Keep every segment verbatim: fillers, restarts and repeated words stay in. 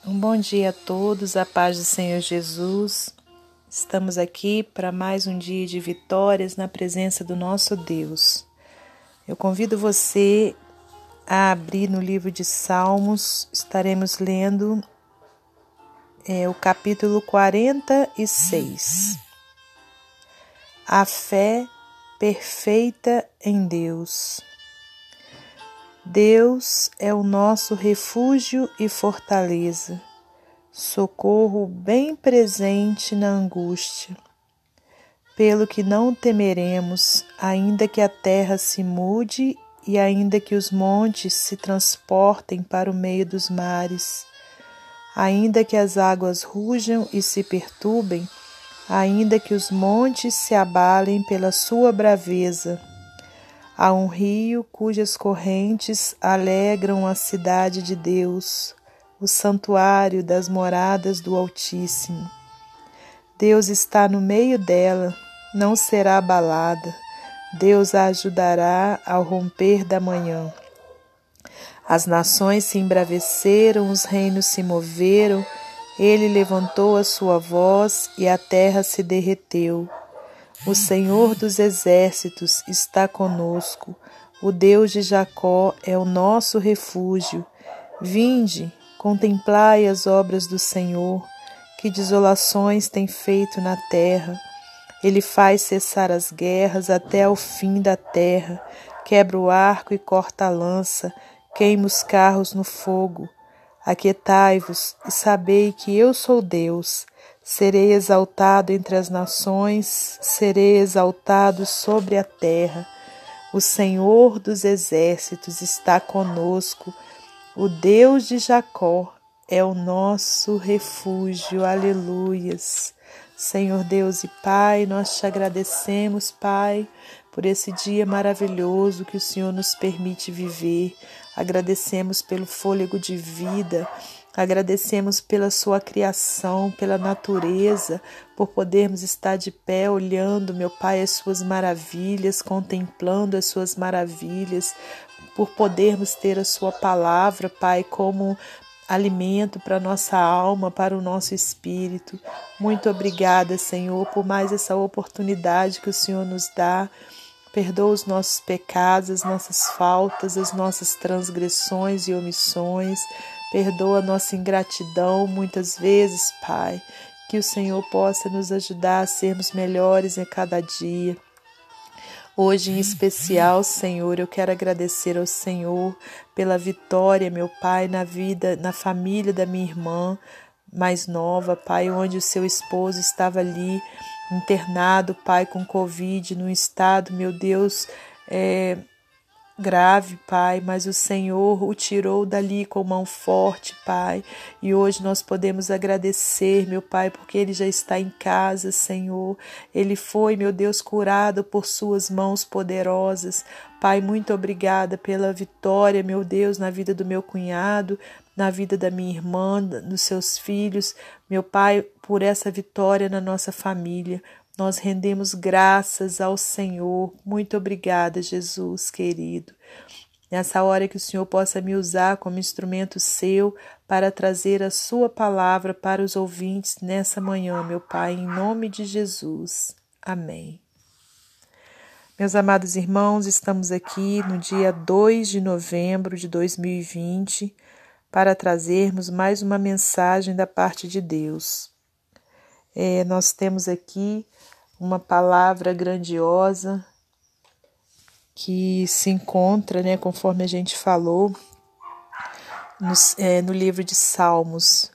Um bom dia a todos, a paz do Senhor Jesus. Estamos aqui para mais um dia de vitórias na presença do nosso Deus. Eu convido você a abrir no livro de Salmos, estaremos lendo é, o capítulo quarenta e seis. A fé perfeita em Deus. Deus é o nosso refúgio e fortaleza, socorro bem presente na angústia. Pelo que não temeremos, ainda que a terra se mude e ainda que os montes se transportem para o meio dos mares, ainda que as águas rujam e se perturbem, ainda que os montes se abalem pela sua braveza. Há um rio cujas correntes alegram a cidade de Deus, o santuário das moradas do Altíssimo. Deus está no meio dela, não será abalada. Deus a ajudará ao romper da manhã. As nações se embraveceram, os reinos se moveram, ele levantou a sua voz e a terra se derreteu. O Senhor dos exércitos está conosco, o Deus de Jacó é o nosso refúgio. Vinde, contemplai as obras do Senhor, que desolações tem feito na terra. Ele faz cessar as guerras até ao fim da terra, quebra o arco e corta a lança, queima os carros no fogo. Aquietai-vos e sabei que eu sou Deus. Serei exaltado entre as nações, serei exaltado sobre a terra. O Senhor dos exércitos está conosco, o Deus de Jacó é o nosso refúgio. Aleluias. Senhor Deus e Pai, nós te agradecemos, Pai, por esse dia maravilhoso que o Senhor nos permite viver. Agradecemos pelo fôlego de vida, agradecemos pela sua criação, pela natureza, por podermos estar de pé olhando, meu Pai, as suas maravilhas, contemplando as suas maravilhas, por podermos ter a sua palavra, Pai, como alimento para a nossa alma, para o nosso espírito. Muito obrigada, Senhor, por mais essa oportunidade que o Senhor nos dá. Perdoa os nossos pecados, as nossas faltas, as nossas transgressões e omissões. Perdoa a nossa ingratidão muitas vezes, Pai. Que o Senhor possa nos ajudar a sermos melhores a cada dia. Hoje, em especial, Senhor, eu quero agradecer ao Senhor pela vitória, meu Pai, na vida, na família da minha irmã mais nova, Pai, onde o seu esposo estava ali internado, Pai, com Covid, num estado, meu Deus, é, grave, Pai, mas o Senhor o tirou dali com mão forte, Pai, e hoje nós podemos agradecer, meu Pai, porque ele já está em casa, Senhor, ele foi, meu Deus, curado por suas mãos poderosas, Pai, muito obrigada pela vitória, meu Deus, na vida do meu cunhado, na vida da minha irmã, dos seus filhos, meu Pai, por essa vitória na nossa família. Nós rendemos graças ao Senhor. Muito obrigada, Jesus querido. Nessa hora que o Senhor possa me usar como instrumento seu para trazer a sua palavra para os ouvintes nessa manhã, meu Pai, em nome de Jesus. Amém. Meus amados irmãos, estamos aqui no dia dois de novembro de dois mil e vinte para trazermos mais uma mensagem da parte de Deus. É, nós temos aqui uma palavra grandiosa que se encontra, né, conforme a gente falou, no, é, no livro de Salmos,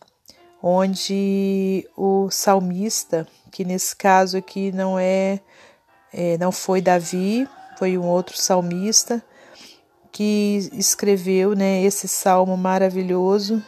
onde o salmista, que nesse caso aqui não é, é não foi Davi, foi um outro salmista, que escreveu, né, esse salmo maravilhoso,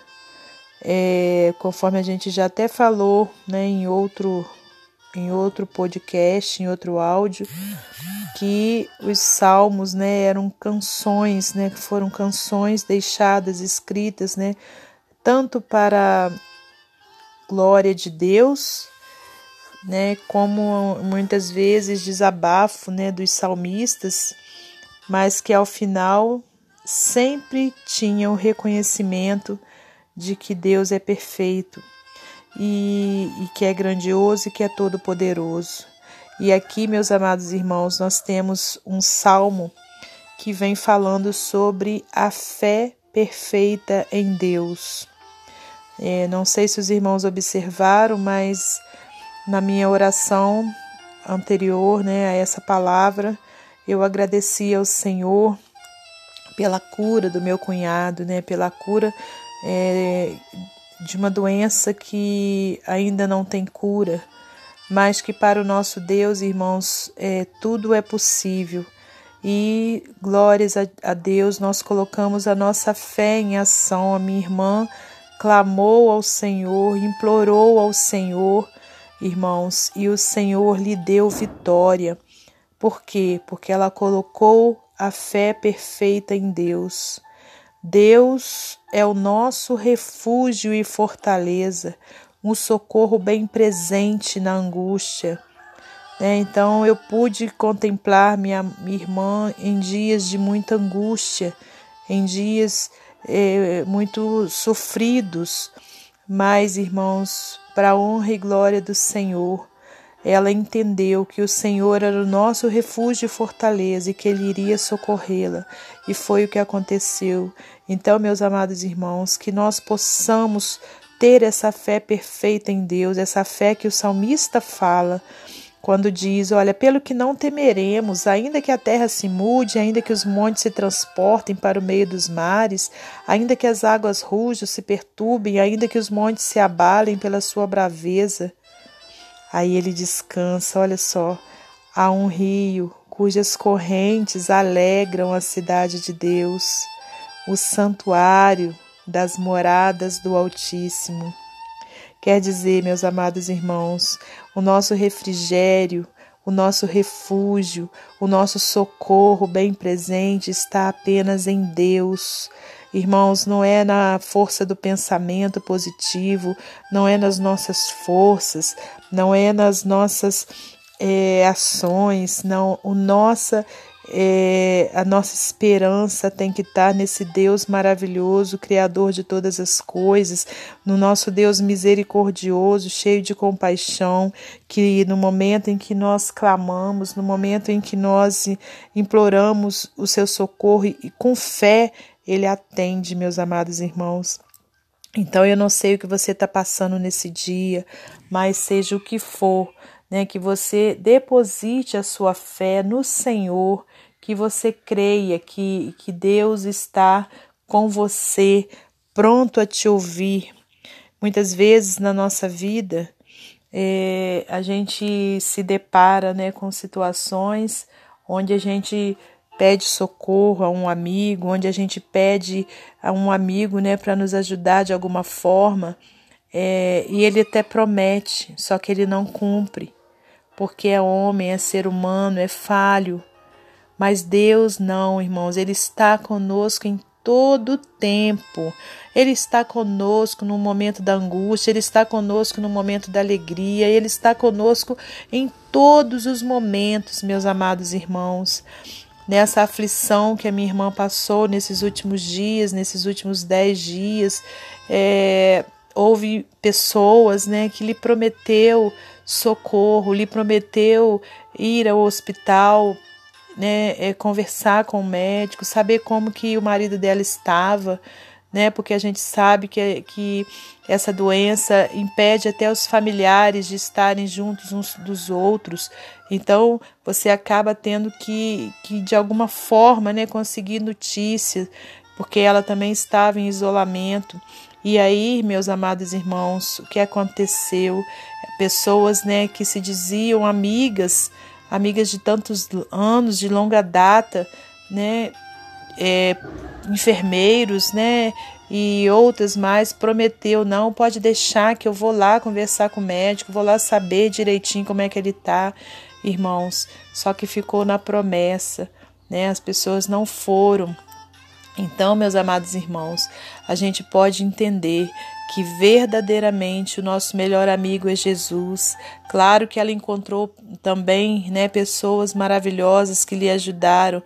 é, conforme a gente já até falou, né, em outro em outro podcast, em outro áudio, que os salmos, né, eram canções, né, que foram canções deixadas, escritas, né, tanto para glória de Deus, né, como muitas vezes desabafo, né, dos salmistas, mas que ao final sempre tinham o reconhecimento de que Deus é perfeito e, e que é grandioso e que é todo-poderoso. E aqui, meus amados irmãos, nós temos um salmo que vem falando sobre a fé perfeita em Deus. É, não sei se os irmãos observaram, mas na minha oração anterior, né, a essa palavra, eu agradeci ao Senhor pela cura do meu cunhado, né, pela cura é, de uma doença que ainda não tem cura, mas que para o nosso Deus, irmãos, é, tudo é possível. E glórias a, a Deus, nós colocamos a nossa fé em ação. A minha irmã clamou ao Senhor, implorou ao Senhor, irmãos, e o Senhor lhe deu vitória. Por quê? Porque ela colocou a fé perfeita em Deus. Deus é o nosso refúgio e fortaleza, um socorro bem presente na angústia. É, então eu pude contemplar minha, minha irmã em dias de muita angústia, em dias é, muito sofridos, mas, irmãos, para a honra e glória do Senhor, ela entendeu que o Senhor era o nosso refúgio e fortaleza e que Ele iria socorrê-la, e foi o que aconteceu. Então, meus amados irmãos, que nós possamos ter essa fé perfeita em Deus, essa fé que o salmista fala, quando diz, olha, pelo que não temeremos, ainda que a terra se mude, ainda que os montes se transportem para o meio dos mares, ainda que as águas rujam, se perturbem, ainda que os montes se abalem pela sua braveza. Aí ele descansa, olha só, há um rio cujas correntes alegram a cidade de Deus, o santuário das moradas do Altíssimo. Quer dizer, meus amados irmãos, o nosso refrigério, o nosso refúgio, o nosso socorro bem presente está apenas em Deus. Irmãos, não é na força do pensamento positivo, não é nas nossas forças, não é nas nossas é, ações, não, o nossa É, a nossa esperança tem que estar nesse Deus maravilhoso, Criador de todas as coisas, no nosso Deus misericordioso, cheio de compaixão, que no momento em que nós clamamos, no momento em que nós imploramos o seu socorro e com fé, Ele atende, meus amados irmãos. Então eu não sei o que você está passando nesse dia, mas seja o que for, né, que você deposite a sua fé no Senhor, que você creia que, que Deus está com você, pronto a te ouvir. Muitas vezes na nossa vida, é, a gente se depara, né, com situações onde a gente pede socorro a um amigo, onde a gente pede a um amigo, né, para nos ajudar de alguma forma, é, e ele até promete, só que ele não cumpre, porque é homem, é ser humano, é falho. Mas Deus não, irmãos, Ele está conosco em todo o tempo. Ele está conosco no momento da angústia, Ele está conosco no momento da alegria, Ele está conosco em todos os momentos, meus amados irmãos. Nessa aflição que a minha irmã passou nesses últimos dias, nesses últimos dez dias, é, houve pessoas, né, que lhe prometeu socorro, lhe prometeu ir ao hospital, né, é, conversar com o médico, saber como que o marido dela estava, né, porque a gente sabe que, que essa doença impede até os familiares de estarem juntos uns dos outros. Então você acaba tendo que, que de alguma forma, né, conseguir notícias, porque ela também estava em isolamento. E aí, meus amados irmãos, o que aconteceu? Pessoas, né, que se diziam amigas, amigas de tantos anos, de longa data, né, é, enfermeiros, né, e outras mais, prometeu, não, pode deixar que eu vou lá conversar com o médico, vou lá saber direitinho como é que ele está, irmãos. Só que ficou na promessa, né, as pessoas não foram. Então, meus amados irmãos, a gente pode entender que verdadeiramente o nosso melhor amigo é Jesus. Claro que ela encontrou também, né, pessoas maravilhosas que lhe ajudaram,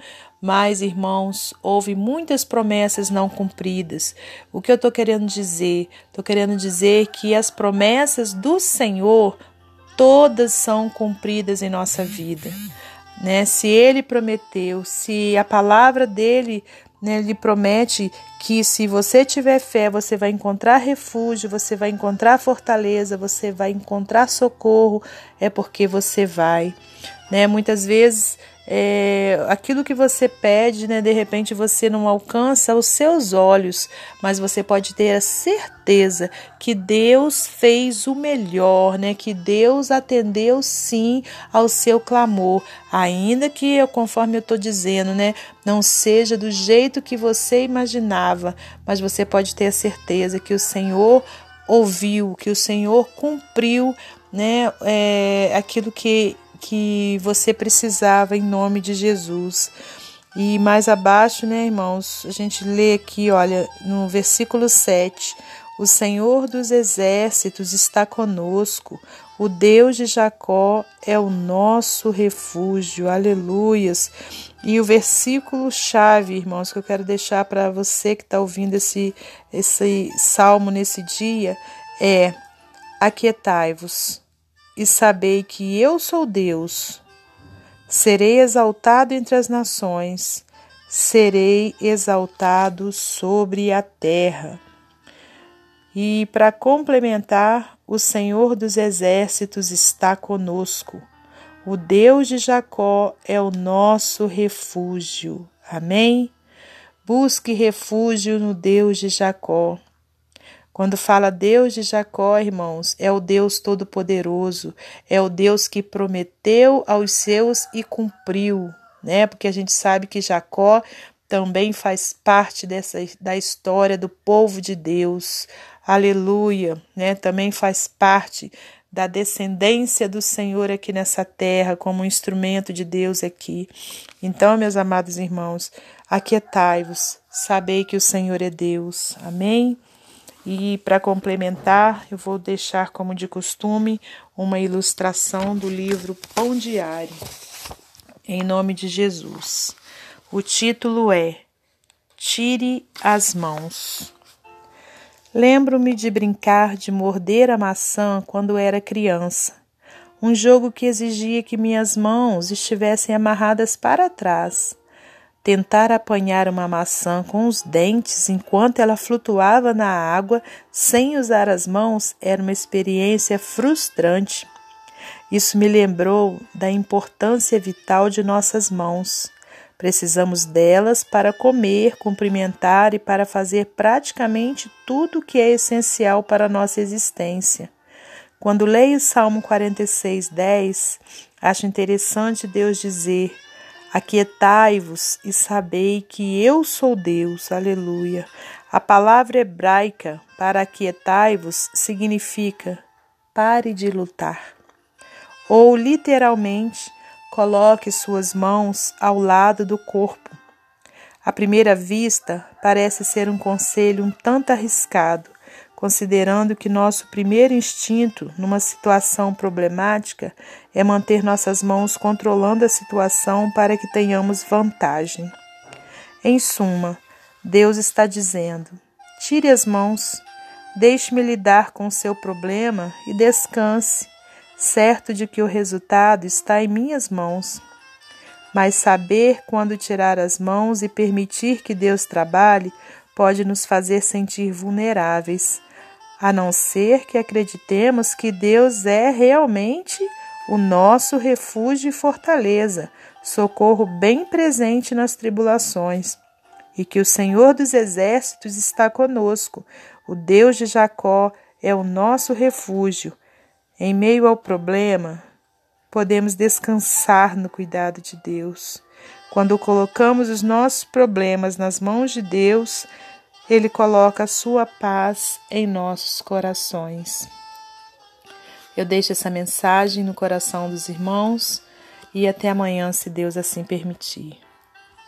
Mas, irmãos, houve muitas promessas não cumpridas. O que eu estou querendo dizer? Estou querendo dizer que as promessas do Senhor, todas são cumpridas em nossa vida, né? Se Ele prometeu, se a palavra dele, né, lhe promete que se você tiver fé, você vai encontrar refúgio, você vai encontrar fortaleza, você vai encontrar socorro, é porque você vai, né? Muitas vezes é, aquilo que você pede, né, de repente você não alcança os seus olhos, mas você pode ter a certeza que Deus fez o melhor, né, que Deus atendeu sim ao seu clamor, ainda que, conforme eu estou dizendo, né, não seja do jeito que você imaginava, mas você pode ter a certeza que o Senhor ouviu, que o Senhor cumpriu, né, é, aquilo que que você precisava em nome de Jesus. E mais abaixo, né, irmãos, a gente lê aqui, olha, no versículo sete, o Senhor dos exércitos está conosco, o Deus de Jacó é o nosso refúgio, aleluias. E o versículo chave, irmãos, que eu quero deixar para você que está ouvindo esse, esse salmo nesse dia, é: aquietai-vos e sabei que eu sou Deus. Serei exaltado entre as nações, serei exaltado sobre a terra. E para complementar, o Senhor dos exércitos está conosco. O Deus de Jacó é o nosso refúgio. Amém? Busque refúgio no Deus de Jacó. Quando fala Deus de Jacó, irmãos, é o Deus Todo-Poderoso, é o Deus que prometeu aos seus e cumpriu, né? Porque a gente sabe que Jacó também faz parte dessa, da história do povo de Deus, aleluia, né? Também faz parte da descendência do Senhor aqui nessa terra, como um instrumento de Deus aqui. Então, meus amados irmãos, aquietai-vos, sabei que o Senhor é Deus, amém? E para complementar, eu vou deixar, como de costume, uma ilustração do livro Pão Diário, em nome de Jesus. O título é Tire as Mãos. Lembro-me de brincar de morder a maçã quando era criança, um jogo que exigia que minhas mãos estivessem amarradas para trás. Tentar apanhar uma maçã com os dentes enquanto ela flutuava na água sem usar as mãos era uma experiência frustrante. Isso me lembrou da importância vital de nossas mãos. Precisamos delas para comer, cumprimentar e para fazer praticamente tudo o que é essencial para a nossa existência. Quando leio o Salmo quarenta e seis, dez, acho interessante Deus dizer: aquietai-vos e sabei que eu sou Deus, aleluia. A palavra hebraica para aquietai-vos significa pare de lutar. Ou, literalmente, coloque suas mãos ao lado do corpo. À primeira vista, parece ser um conselho um tanto arriscado, considerando que nosso primeiro instinto numa situação problemática é manter nossas mãos controlando a situação para que tenhamos vantagem. Em suma, Deus está dizendo: tire as mãos, deixe-me lidar com o seu problema e descanse, certo de que o resultado está em minhas mãos. Mas saber quando tirar as mãos e permitir que Deus trabalhe pode nos fazer sentir vulneráveis, a não ser que acreditemos que Deus é realmente o nosso refúgio e fortaleza, socorro bem presente nas tribulações, e que o Senhor dos exércitos está conosco, o Deus de Jacó é o nosso refúgio. Em meio ao problema, podemos descansar no cuidado de Deus. Quando colocamos os nossos problemas nas mãos de Deus, Ele coloca a sua paz em nossos corações. Eu deixo essa mensagem no coração dos irmãos e até amanhã, se Deus assim permitir.